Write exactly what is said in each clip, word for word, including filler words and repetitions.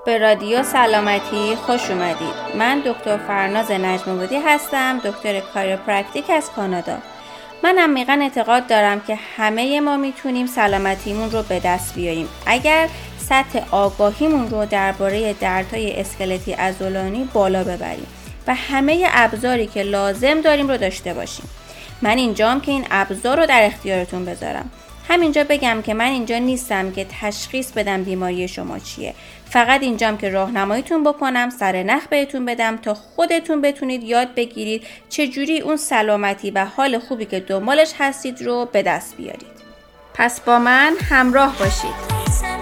به رادیو سلامتی خوش اومدید. من دکتر فرناز نجم‌آبادی هستم، دکتر کایروپرکتیک از کانادا. من عمیقاً اعتقاد دارم که همه ما میتونیم سلامتیمون رو به دست بیاریم اگر سطح آگاهیمون رو درباره دردهای اسکلتی عضلانی بالا ببریم و همه ابزاری که لازم داریم رو داشته باشیم. من اینجام که این ابزار رو در اختیارتون بذارم. همینجا بگم که من اینجا نیستم که تشخیص بدم بیماری شما چیه. فقط اینجام که راهنماییتون بکنم، سر نخ بهتون بدم تا خودتون بتونید یاد بگیرید چجوری اون سلامتی و حال خوبی که دنبالش هستید رو به دست بیارید. پس با من همراه باشید.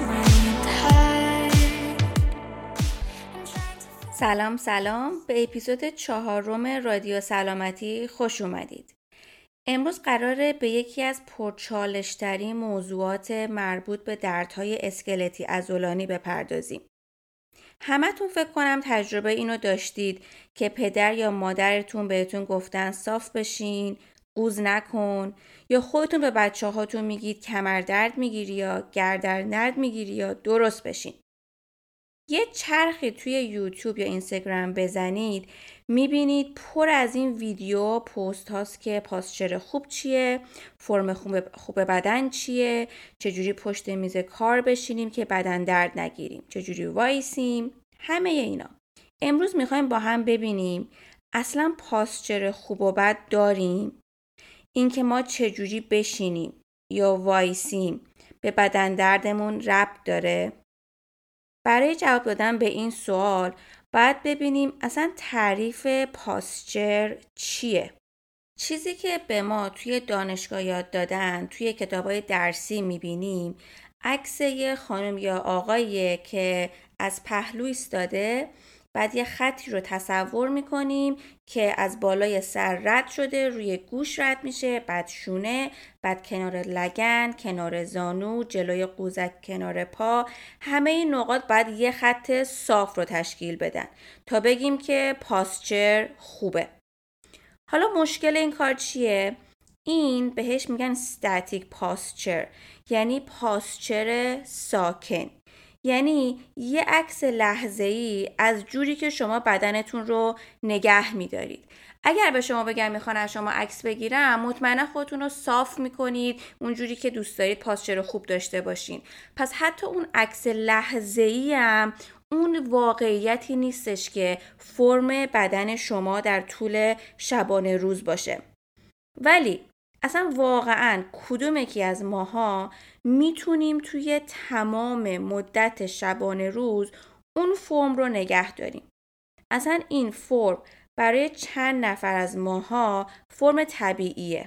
سلام سلام به اپیزود چهارم رادیو سلامتی خوش اومدید. امروز قراره به یکی از پرچالش‌ترین موضوعات مربوط به دردهای اسکلتی عضلانی بپردازیم. همتون فکر کنم تجربه اینو داشتید که پدر یا مادرتون بهتون گفتن صاف بشین، قوز نکن، یا خودتون به بچه هاتون میگید کمر درد میگیری یا گردن درد میگیری یا درست بشین. یه چرخی توی یوتیوب یا اینستاگرام بزنید میبینید پر از این ویدیو پست هاست که پاسچر خوب چیه، فرم خوب بدن چیه، چجوری پشت میز کار بشینیم که بدن درد نگیریم، چجوری وایسیم، همه اینا. امروز میخوایم با هم ببینیم اصلا پاسچر خوب و بد داریم؟ این که ما چجوری بشینیم یا وایسیم به بدن دردمون ربط داره؟ برای جواب دادن به این سوال باید ببینیم اصلا تعریف پاسچر چیه؟ چیزی که به ما توی دانشگاه یاد دادن، توی کتابای درسی میبینیم، عکس یه خانم یا آقاییه که از پهلو ایستاده، بعد یه خطی رو تصور میکنیم که از بالای سر رد شده، روی گوش رد میشه، بعد شونه، بعد کنار لگن، کنار زانو، جلوی قوزک، کنار پا. همه این نقاط باید یه خط صاف رو تشکیل بدن تا بگیم که پاسچر خوبه. حالا مشکل این کار چیه؟ این بهش میگن استاتیک پاسچر، یعنی پاسچر ساکن. یعنی یه عکس لحظه‌ای از جوری که شما بدنتون رو نگه می‌دارید. اگر به شما بگم میخوان از شما عکس بگیرم، مطمئنا خودتون رو صاف می‌کنید اونجوری که دوست دارید پاسچر خوب داشته باشین. پس حتی اون عکس لحظه‌ای هم اون واقعیتی نیستش که فرم بدن شما در طول شبانه روز باشه. ولی اصلا واقعاً کدوم یکی از ماها میتونیم توی تمام مدت شبانه روز اون فرم رو نگه داریم؟ اصلا این فرم برای چند نفر از ماها فرم طبیعیه.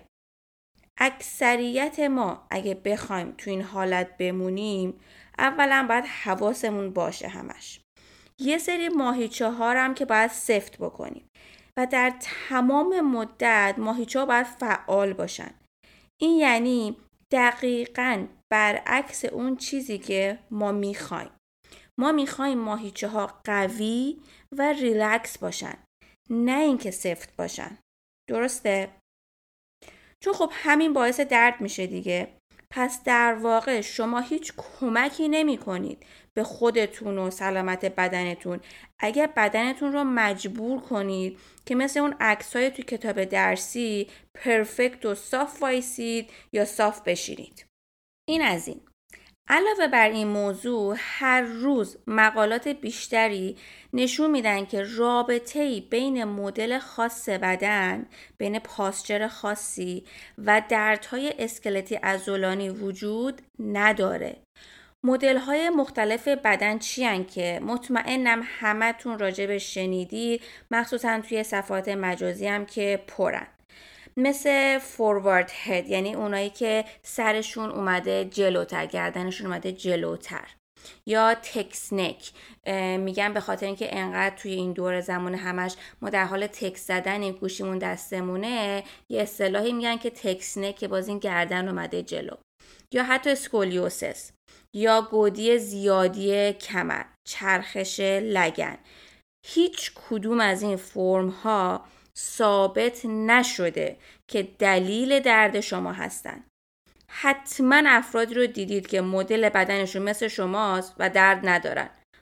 اکثریت ما اگه بخوایم تو این حالت بمونیم، اولا باید حواسمون باشه همش. یه سری ماهیچه ها هم که باید سفت بکنیم و در تمام مدت ماهیچه ها باید فعال باشن. این یعنی دقیقاً برعکس اون چیزی که ما میخوایم. ما میخوایم ماهیچه ها قوی و ریلکس باشن، نه اینکه سفت باشن. درسته؟ چون خب همین باعث درد میشه دیگه. پس در واقع شما هیچ کمکی نمی کنید به خودتون و سلامت بدنتون اگر بدنتون رو مجبور کنید که مثل اون عکس‌های تو کتاب درسی پرفکت و صاف وایسید یا صاف بشینید. این از این. علاوه بر این موضوع، هر روز مقالات بیشتری نشون میدن که رابطه‌ای بین مدل خاص بدن، بین پاسچر خاصی و دردهای اسکلتی عضلانی وجود نداره. مدل‌های مختلف بدن چی هن که مطمئنم همتون راجبش شنیدید، مخصوصا توی صفحات مجازی هم که پرن. مثل فوروارد هد، یعنی اونایی که سرشون اومده جلوتر، گردنشون اومده جلوتر، یا تکس نک. میگم به خاطر اینکه انقدر توی این دور زمان همش ما در حال تکس زدن، این گوشیمون دستمونه، یه اصطلاحی میگن که تکس نک، که باز این گردن اومده جلو. یا حتی اسکولیوسیس یا گودی زیادی کمر، چرخش لگن. هیچ کدوم از این فرم ها ثابت نشده که دلیل درد شما هستن. حتما افرادی رو دیدید که مدل بدنشون مثل شماست و درد ندارن.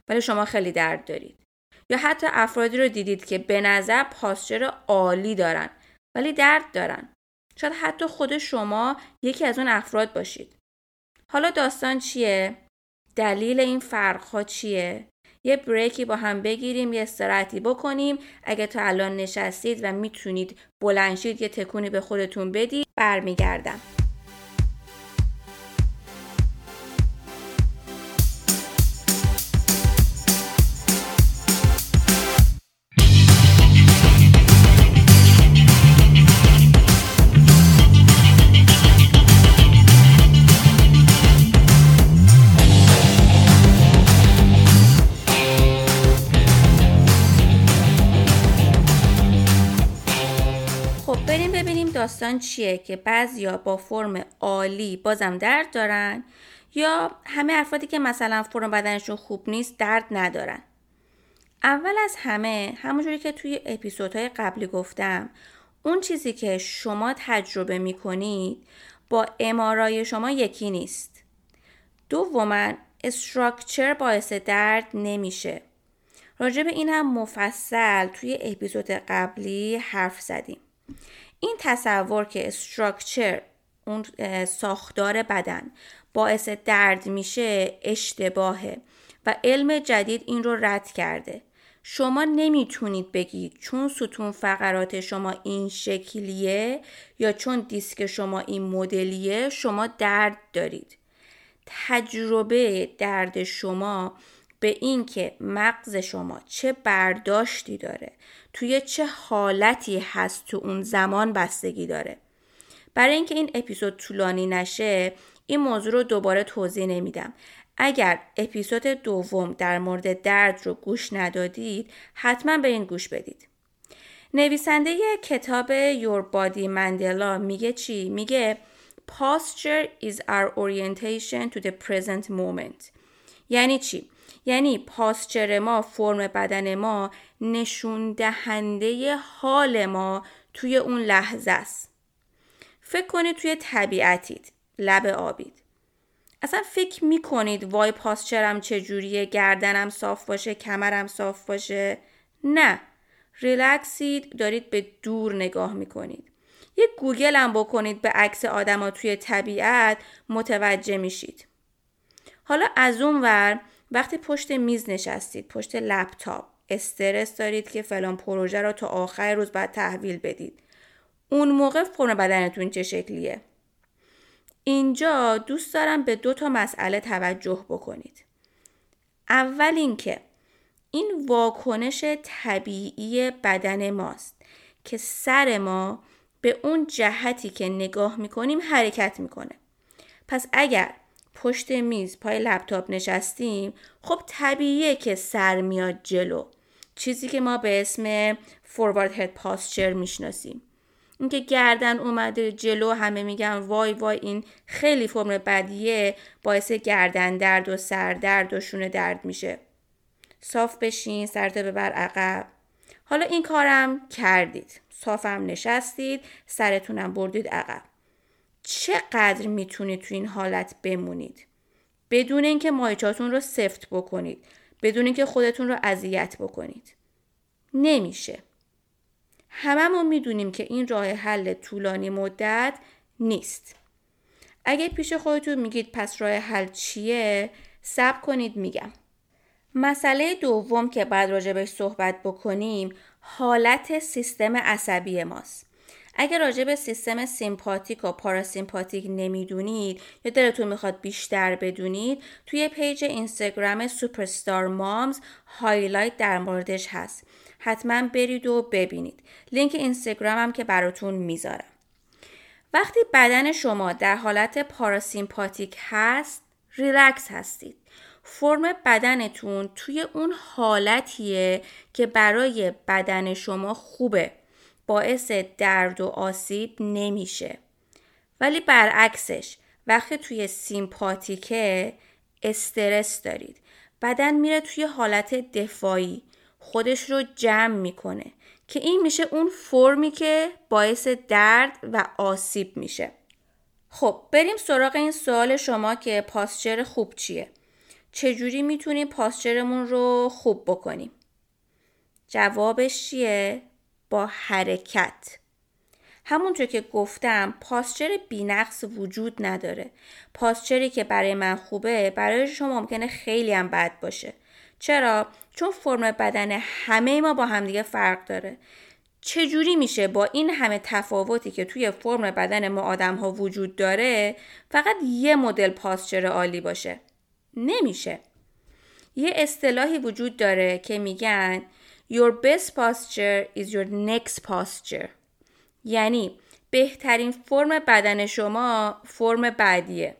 ولی شما خیلی درد دارید. یا حتی افرادی رو دیدید که به نظر پاسچر عالی دارن ولی درد دارن. شاید حتی خود شما یکی از اون افراد باشید. حالا داستان چیه؟ دلیل این فرق‌ها چیه؟ یه بریکی با هم بگیریم، یه استراحتی بکنیم. اگه تا الان نشستید و میتونید بلند شید، یه تکونی به خودتون بدید. برمیگردم. داستان چیه که بعضیا با فرم عالی بازم درد دارن یا همه افرادی که مثلا فرم بدنشون خوب نیست درد ندارن. اول از همه همونجوری که توی اپیزودهای قبلی گفتم، اون چیزی که شما تجربه میکنید با ام‌آرآی شما یکی نیست. دوماً استراکچر باعث درد نمیشه. راجع به این هم مفصل توی اپیزود قبلی حرف زدیم. این تصور که استراکچر، اون ساختار بدن، باعث درد میشه اشتباهه و علم جدید این رو رد کرده. شما نمیتونید بگید چون ستون فقرات شما این شکلیه یا چون دیسک شما این مدلیه شما درد دارید. تجربه درد شما به این که مغز شما چه برداشتی داره، توی چه حالتی هست تو اون زمان بستگی داره. برای اینکه این اپیزود طولانی نشه این موضوع رو دوباره توضیح نمیدم. اگر اپیزود دوم در مورد درد رو گوش ندادید حتما به این گوش بدید. نویسنده کتاب Your Body Mandela میگه چی؟ میگه Posture is our orientation to the present moment. یعنی چی؟ یعنی پاسچر ما، فرم بدن ما نشون دهنده حال ما توی اون لحظه است. فکر کنید توی طبیعتید، لب آبید. اصلا فکر میکنید وای پاسچرم چجوریه، گردنم صاف باشه، کمرم صاف باشه؟ نه. ریلکسید، دارید به دور نگاه میکنید. یه گوگل هم بکنید به عکس آدما توی طبیعت متوجه میشید. حالا از اون ور وقتی پشت میز نشستید، پشت لپتاپ، استرس دارید که فلان پروژه رو تا آخر روز باید تحویل بدید. اون موقع فرم بدنتون چه شکلیه؟ اینجا دوست دارم به دو تا مسئله توجه بکنید. اول اینکه این واکنش طبیعی بدن ماست که سر ما به اون جهتی که نگاه میکنیم حرکت میکنه. پس اگر پشت میز پای لپتاپ نشستیم، خب طبیعیه که سر میاد جلو، چیزی که ما به اسم forward head posture میشناسیم. اینکه گردن اومده جلو، همه میگن وای وای این خیلی فرم بدیه، باعث گردن درد و سر درد و شونه درد میشه. صاف بشین، سرتو ببر عقب. حالا این کارم کردید، صافم نشستید، سرتونم بردید عقب. چقدر میتونید تو این حالت بمونید بدون اینکه مایچاتون رو سفت بکنید، بدون اینکه خودتون رو اذیت بکنید؟ نمیشه. هممون میدونیم که این راه حل طولانی مدت نیست. اگه پیش خودتون میگید پس راه حل چیه، صبر کنید میگم. مسئله دوم که بعد راجبش صحبت بکنیم حالت سیستم عصبی ماست. اگر راجع به سیستم سیمپاتیک و پاراسیمپاتیک نمیدونید یا دلتون میخواد بیشتر بدونید، توی پیج اینستاگرام سوپرستار مامز هایلایت در موردش هست. حتما برید و ببینید. لینک اینستاگرامم که براتون میذارم. وقتی بدن شما در حالت پاراسیمپاتیک هست، ریلکس هستید. فرم بدنتون توی اون حالتیه که برای بدن شما خوبه. باعث درد و آسیب نمیشه. ولی برعکسش وقتی توی سیمپاتیکه استرس دارید. بدن میره توی حالت دفاعی، خودش رو جمع میکنه که این میشه اون فرمی که باعث درد و آسیب میشه. خب بریم سراغ این سوال شما که پاسچر خوب چیه؟ چجوری میتونیم پاسچرمون رو خوب بکنیم؟ جوابش چیه؟ با حرکت. همونطور که گفتم پاسچر بی‌نقص وجود نداره. پاسچری که برای من خوبه برای شما ممکنه خیلی هم بد باشه. چرا؟ چون فرم بدن همه ما با همدیگه فرق داره. چجوری میشه با این همه تفاوتی که توی فرم بدن ما آدم ها وجود داره فقط یه مدل پاسچر عالی باشه؟ نمیشه. یه اصطلاحی وجود داره که میگن Your best posture is your next posture. یعنی بهترین فرم بدن شما فرم بعدیه.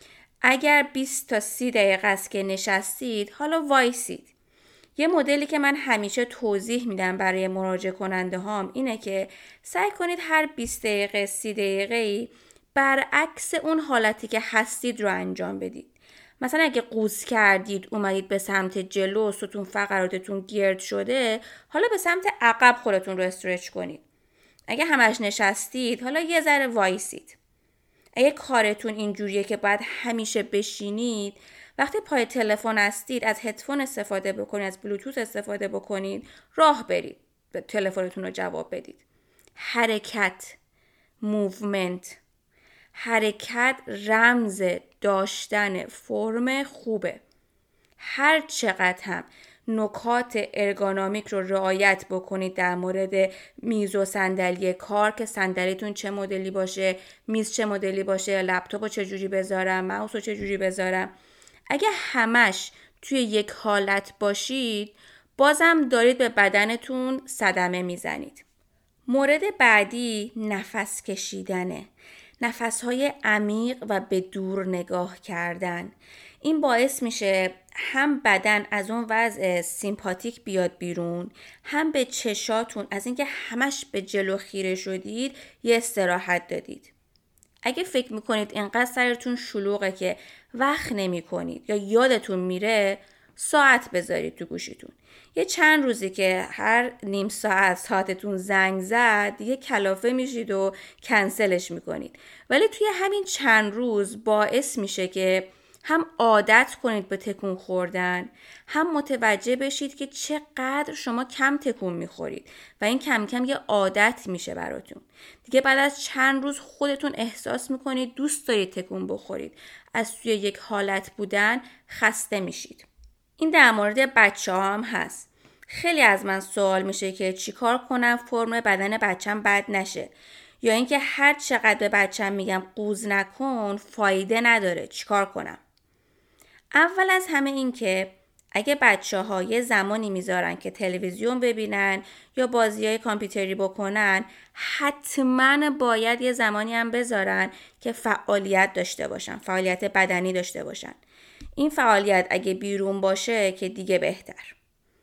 اگر بیست تا سی دقیقه است که نشستید، حالا وایسید. یه مدلی که من همیشه توضیح میدم برای مراجعه کننده هام اینه که سعی کنید هر بیست دقیقه سی دقیقه‌ای برعکس اون حالتی که هستید رو انجام بدید. مثلا اگه قوز کردید اومدید به سمت جلو، ستون فقراتتون گرد شده، حالا به سمت عقب خودتون رو استرچ کنید. اگه همش نشستید، حالا یه ذره وایسید. اگه کارتون اینجوریه که باید همیشه بشینید، وقتی پای تلفن هستید از هدفون استفاده بکنید، از بلوتوث استفاده بکنید، راه برید، به تلفنتون رو جواب بدید. حرکت، موومنت. حرکت رمز داشتن فرم خوبه. هر چقدر هم نکات ارگونومیک رو رعایت بکنید در مورد میز و صندلی کار که صندلیتون چه مدلی باشه، میز چه مدلی باشه، لپتاپ رو چه جوری بذارم، ماوس رو چه جوری بذارم، اگه همش توی یک حالت باشید بازم دارید به بدنتون صدمه میزنید. مورد بعدی نفس کشیدنه. نفس‌های عمیق و به دور نگاه کردن. این باعث میشه هم بدن از اون وضع سیمپاتیک بیاد بیرون، هم به چشاتون از اینکه همش به جلو خیره شدید یه استراحت دادید. اگه فکر میکنید اینقدر سرتون شلوغه که وقت نمی کنید یا یادتون میره، ساعت بذارید تو گوشیتون. یه چند روزی که هر نیم ساعت ساعتتون زنگ زد دیگه کلافه میشید و کنسلش میکنید. ولی توی همین چند روز باعث میشه که هم عادت کنید به تکون خوردن، هم متوجه بشید که چقدر شما کم تکون میخورید و این کم کم یه عادت میشه براتون. دیگه بعد از چند روز خودتون احساس میکنید دوست دارید تکون بخورید. از توی یک حالت بودن خسته میشید. این در مورد بچه ها هم هست. خیلی از من سوال میشه که چیکار کنم فرم بدن بچم بد نشه، یا اینکه هر چقدر به بچم میگم قوز نکن فایده نداره، چیکار کنم؟ اول از همه این که اگه بچه ها یه زمانی میذارن که تلویزیون ببینن یا بازی های کامپیوتری بکنن، حتما باید یه زمانی هم بذارن که فعالیت داشته باشن، فعالیت بدنی داشته باشن. این فعالیت اگه بیرون باشه که دیگه بهتر.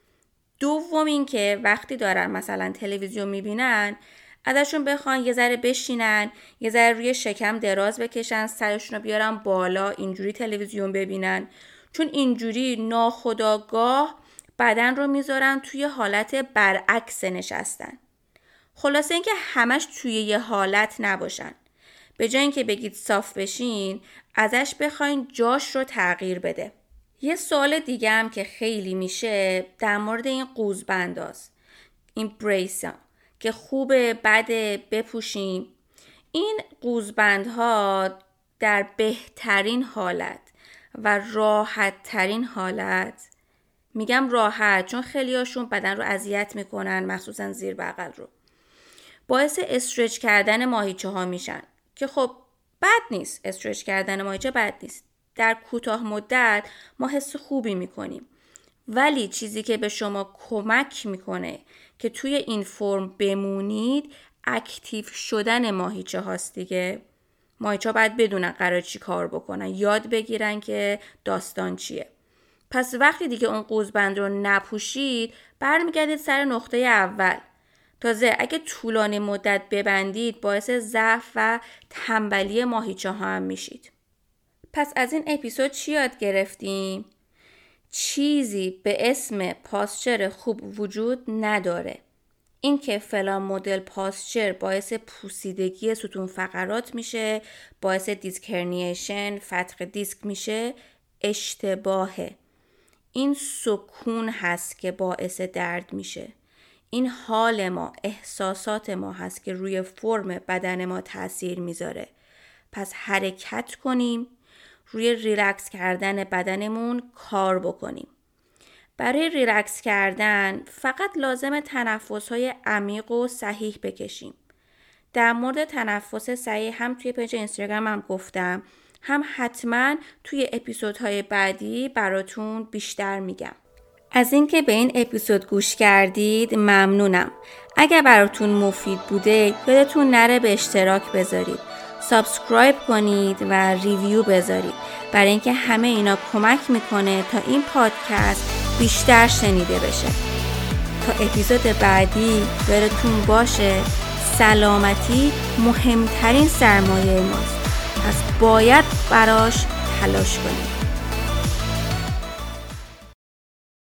دوم این که وقتی دارن مثلا تلویزیون میبینن ازشون بخوان یه ذره بشینن، یه ذره روی شکم دراز بکشن، سرشون رو بیارن بالا، اینجوری تلویزیون ببینن. چون اینجوری ناخودآگاه بدن رو میذارن توی حالت برعکس نشستن. خلاصه اینکه همش توی یه حالت نباشن. به جای اینکه بگید صاف بشین، ازش بخواین جاش رو تغییر بده. یه سوال دیگه هم که خیلی میشه در مورد این قوزبنداست. این بریسا که خوبه بده بپوشیم. این قوزبندها در بهترین حالت و راحت ترین حالت، میگم راحت چون خیلی هاشون بدن رو اذیت میکنن، مخصوصا زیر بغل رو، باعث استرچ کردن ماهیچه ها میشن که خب بد نیست. استرچ کردن ماهیچه بد نیست. در کوتاه مدت ما حس خوبی میکنیم. ولی چیزی که به شما کمک میکنه که توی این فرم بمونید اکتیو شدن ماهیچه هاست دیگه. ماهیچه ها باید بدونن قرار چی کار بکنن، یاد بگیرن که داستان چیه. پس وقتی دیگه اون قوزبند رو نپوشید برمیگردید سر نقطه اول. تازه اگه طولانی مدت ببندید باعث ضعف و تنبلی ماهیچه ها هم میشید. پس از این اپیزود چی یاد گرفتیم؟ چیزی به اسم پاسچر خوب وجود نداره. این که فلان مدل پاسچر باعث پوسیدگی ستون فقرات میشه، باعث دیسک هرنیشن، فتق دیسک میشه، اشتباهه. این سکون هست که باعث درد میشه. این حال ما، احساسات ما هست که روی فرم بدن ما تاثیر میذاره. پس حرکت کنیم، روی ریلکس کردن بدنمون کار بکنیم. برای ریلکس کردن فقط لازم تنفس‌های عمیق و صحیح بکشیم. در مورد تنفس صحیح هم توی پیج اینستاگرام هم گفتم، هم حتما توی اپیزودهای بعدی براتون بیشتر میگم. از اینکه به این اپیزود گوش کردید ممنونم. اگر براتون مفید بوده یادتون نره به اشتراک بذارید، سابسکرایب کنید و ریویو بذارید، برای اینکه همه اینا کمک میکنه تا این پادکست بیشتر شنیده بشه. تا اپیزود بعدی براتون باشه. سلامتی مهمترین سرمایه ماست، پس باید براش تلاش کنید.